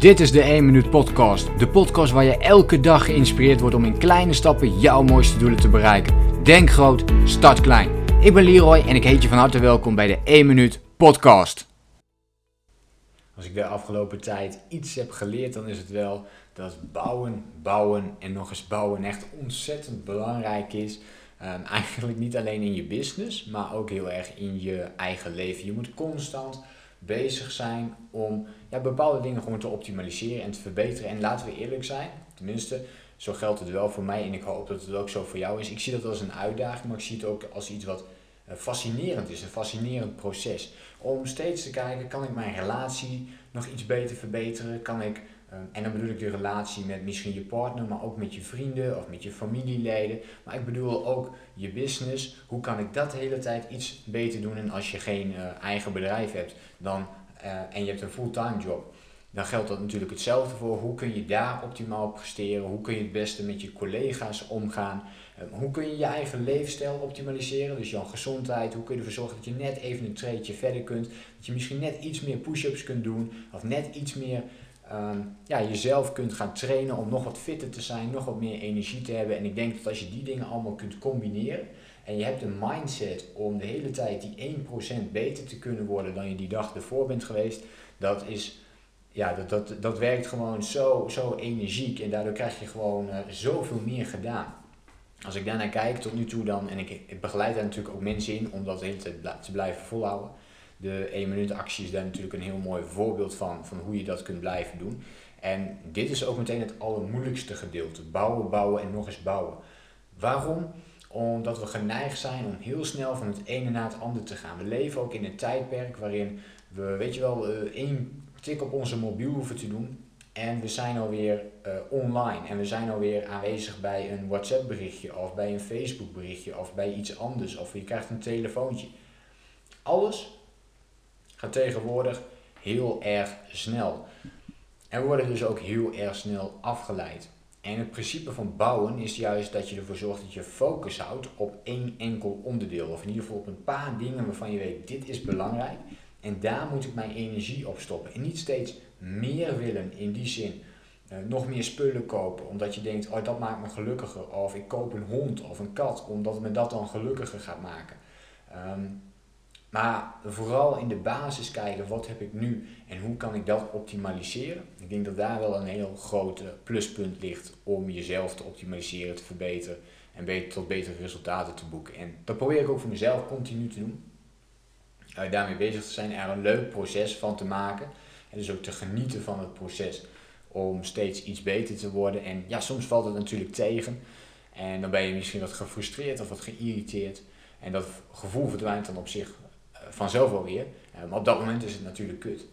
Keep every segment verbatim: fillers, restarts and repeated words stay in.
Dit is de één minuut podcast. De podcast waar je elke dag geïnspireerd wordt om in kleine stappen jouw mooiste doelen te bereiken. Denk groot, start klein. Ik ben Leroy en ik heet je van harte welkom bij de één minuut podcast. Als ik de afgelopen tijd iets heb geleerd, dan is het wel dat bouwen, bouwen en nog eens bouwen echt ontzettend belangrijk is. Um, eigenlijk niet alleen in je business, maar ook heel erg in je eigen leven. Je moet constant bezig zijn om ja, bepaalde dingen gewoon te optimaliseren en te verbeteren. En laten we eerlijk zijn, tenminste, zo geldt het wel voor mij en ik hoop dat het ook zo voor jou is. Ik zie dat als een uitdaging, maar ik zie het ook als iets wat uh, fascinerend is, een fascinerend proces. Om steeds te kijken, kan ik mijn relatie nog iets beter verbeteren? Kan ik, uh, en dan bedoel ik de relatie met misschien je partner, maar ook met je vrienden of met je familieleden. Maar ik bedoel ook je business. Hoe kan ik dat de hele tijd iets beter doen? En als je geen uh, eigen bedrijf hebt dan, uh, en je hebt een fulltime job, dan geldt dat natuurlijk hetzelfde voor. Hoe kun je daar optimaal presteren? Hoe kun je het beste met je collega's omgaan? Um, hoe kun je je eigen leefstijl optimaliseren? Dus jouw gezondheid. Hoe kun je ervoor zorgen dat je net even een treedje verder kunt? Dat je misschien net iets meer push-ups kunt doen. Of net iets meer um, ja, jezelf kunt gaan trainen om nog wat fitter te zijn. Nog wat meer energie te hebben. En ik denk dat als je die dingen allemaal kunt combineren. En je hebt een mindset om de hele tijd die één procent beter te kunnen worden dan je die dag ervoor bent geweest. Dat is... Ja, dat, dat, dat werkt gewoon zo, zo energiek en daardoor krijg je gewoon uh, zoveel meer gedaan. Als ik daarnaar kijk tot nu toe dan, en ik, ik begeleid daar natuurlijk ook mensen in om dat de hele tijd te blijven volhouden. De één minuut actie is daar natuurlijk een heel mooi voorbeeld van, van hoe je dat kunt blijven doen. En dit is ook meteen het allermoeilijkste gedeelte, bouwen, bouwen en nog eens bouwen. Waarom? Omdat we geneigd zijn om heel snel van het ene naar het andere te gaan. We leven ook in een tijdperk waarin we, weet je wel, uh, één tik op onze mobiel hoeven te doen en we zijn alweer uh, online en we zijn alweer aanwezig bij een WhatsApp berichtje of bij een Facebook berichtje of bij iets anders of je krijgt een telefoontje. Alles gaat tegenwoordig heel erg snel en we worden dus ook heel erg snel afgeleid. En het principe van bouwen is juist dat je ervoor zorgt dat je focus houdt op één enkel onderdeel of in ieder geval op een paar dingen waarvan je weet dit is belangrijk. En daar moet ik mijn energie op stoppen. En niet steeds meer willen in die zin. Uh, nog meer spullen kopen. Omdat je denkt, oh dat maakt me gelukkiger. Of ik koop een hond of een kat. Omdat me dat dan gelukkiger gaat maken. Um, maar vooral in de basis kijken, wat heb ik nu? En hoe kan ik dat optimaliseren? Ik denk dat daar wel een heel groot pluspunt ligt. Om jezelf te optimaliseren, te verbeteren. En beter, tot betere resultaten te boeken. En dat probeer ik ook voor mezelf continu te doen. Uh, daarmee bezig te zijn, er een leuk proces van te maken. En dus ook te genieten van het proces om steeds iets beter te worden. En ja, soms valt het natuurlijk tegen. En dan ben je misschien wat gefrustreerd of wat geïrriteerd. En dat gevoel verdwijnt dan op zich uh, vanzelf wel weer. Uh, maar op dat moment is het natuurlijk kut.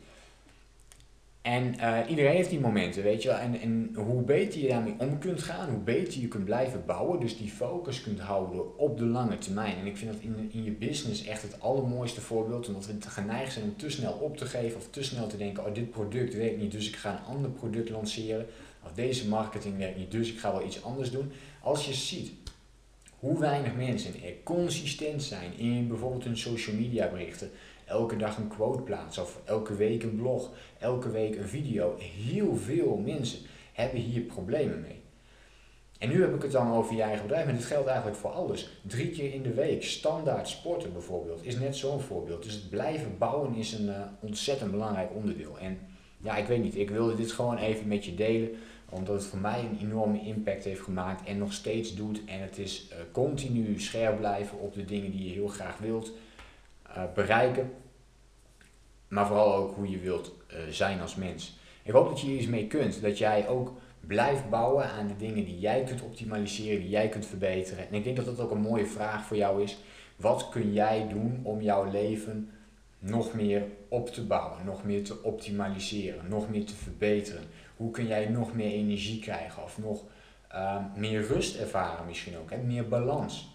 En uh, iedereen heeft die momenten, weet je wel. En, en hoe beter je daarmee om kunt gaan, hoe beter je kunt blijven bouwen. Dus die focus kunt houden op de lange termijn. En ik vind dat in, in je business echt het allermooiste voorbeeld. Omdat we geneigd zijn om te snel op te geven of te snel te denken, oh dit product werkt niet, dus ik ga een ander product lanceren. Of deze marketing werkt niet, dus ik ga wel iets anders doen. Als je ziet hoe weinig mensen er consistent zijn in bijvoorbeeld hun social media berichten. Elke dag een quote plaatsen of elke week een blog, elke week een video. Heel veel mensen hebben hier problemen mee. En nu heb ik het dan over je eigen bedrijf, maar dit geldt eigenlijk voor alles. Drie keer in de week, standaard sporten bijvoorbeeld, is net zo'n voorbeeld. Dus het blijven bouwen is een uh, ontzettend belangrijk onderdeel. En ja, ik weet niet, ik wilde dit gewoon even met je delen, omdat het voor mij een enorme impact heeft gemaakt en nog steeds doet. En het is uh, continu scherp blijven op de dingen die je heel graag wilt Uh, bereiken, maar vooral ook hoe je wilt uh, zijn als mens. Ik hoop dat je hier iets mee kunt, dat jij ook blijft bouwen aan de dingen die jij kunt optimaliseren, die jij kunt verbeteren. En ik denk dat dat ook een mooie vraag voor jou is. Wat kun jij doen om jouw leven nog meer op te bouwen, nog meer te optimaliseren, nog meer te verbeteren? Hoe kun jij nog meer energie krijgen of nog uh, meer rust ervaren misschien ook, hè? Meer balans?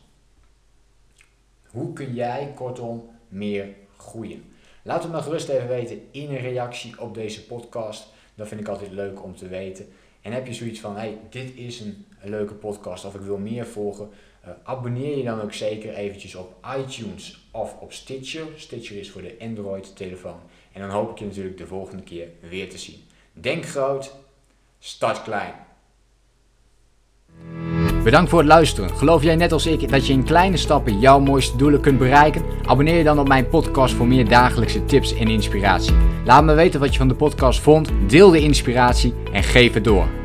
Hoe kun jij kortom meer groeien? Laat het me gerust even weten in een reactie op deze podcast. Dat vind ik altijd leuk om te weten. En heb je zoiets van, hey, dit is een, een leuke podcast of ik wil meer volgen. Uh, abonneer je dan ook zeker eventjes op iTunes of op Stitcher. Stitcher is voor de Android telefoon. En dan hoop ik je natuurlijk de volgende keer weer te zien. Denk groot, start klein. Bedankt voor het luisteren. Geloof jij net als ik dat je in kleine stappen jouw mooiste doelen kunt bereiken? Abonneer je dan op mijn podcast voor meer dagelijkse tips en inspiratie. Laat me weten wat je van de podcast vond, deel de inspiratie en geef het door.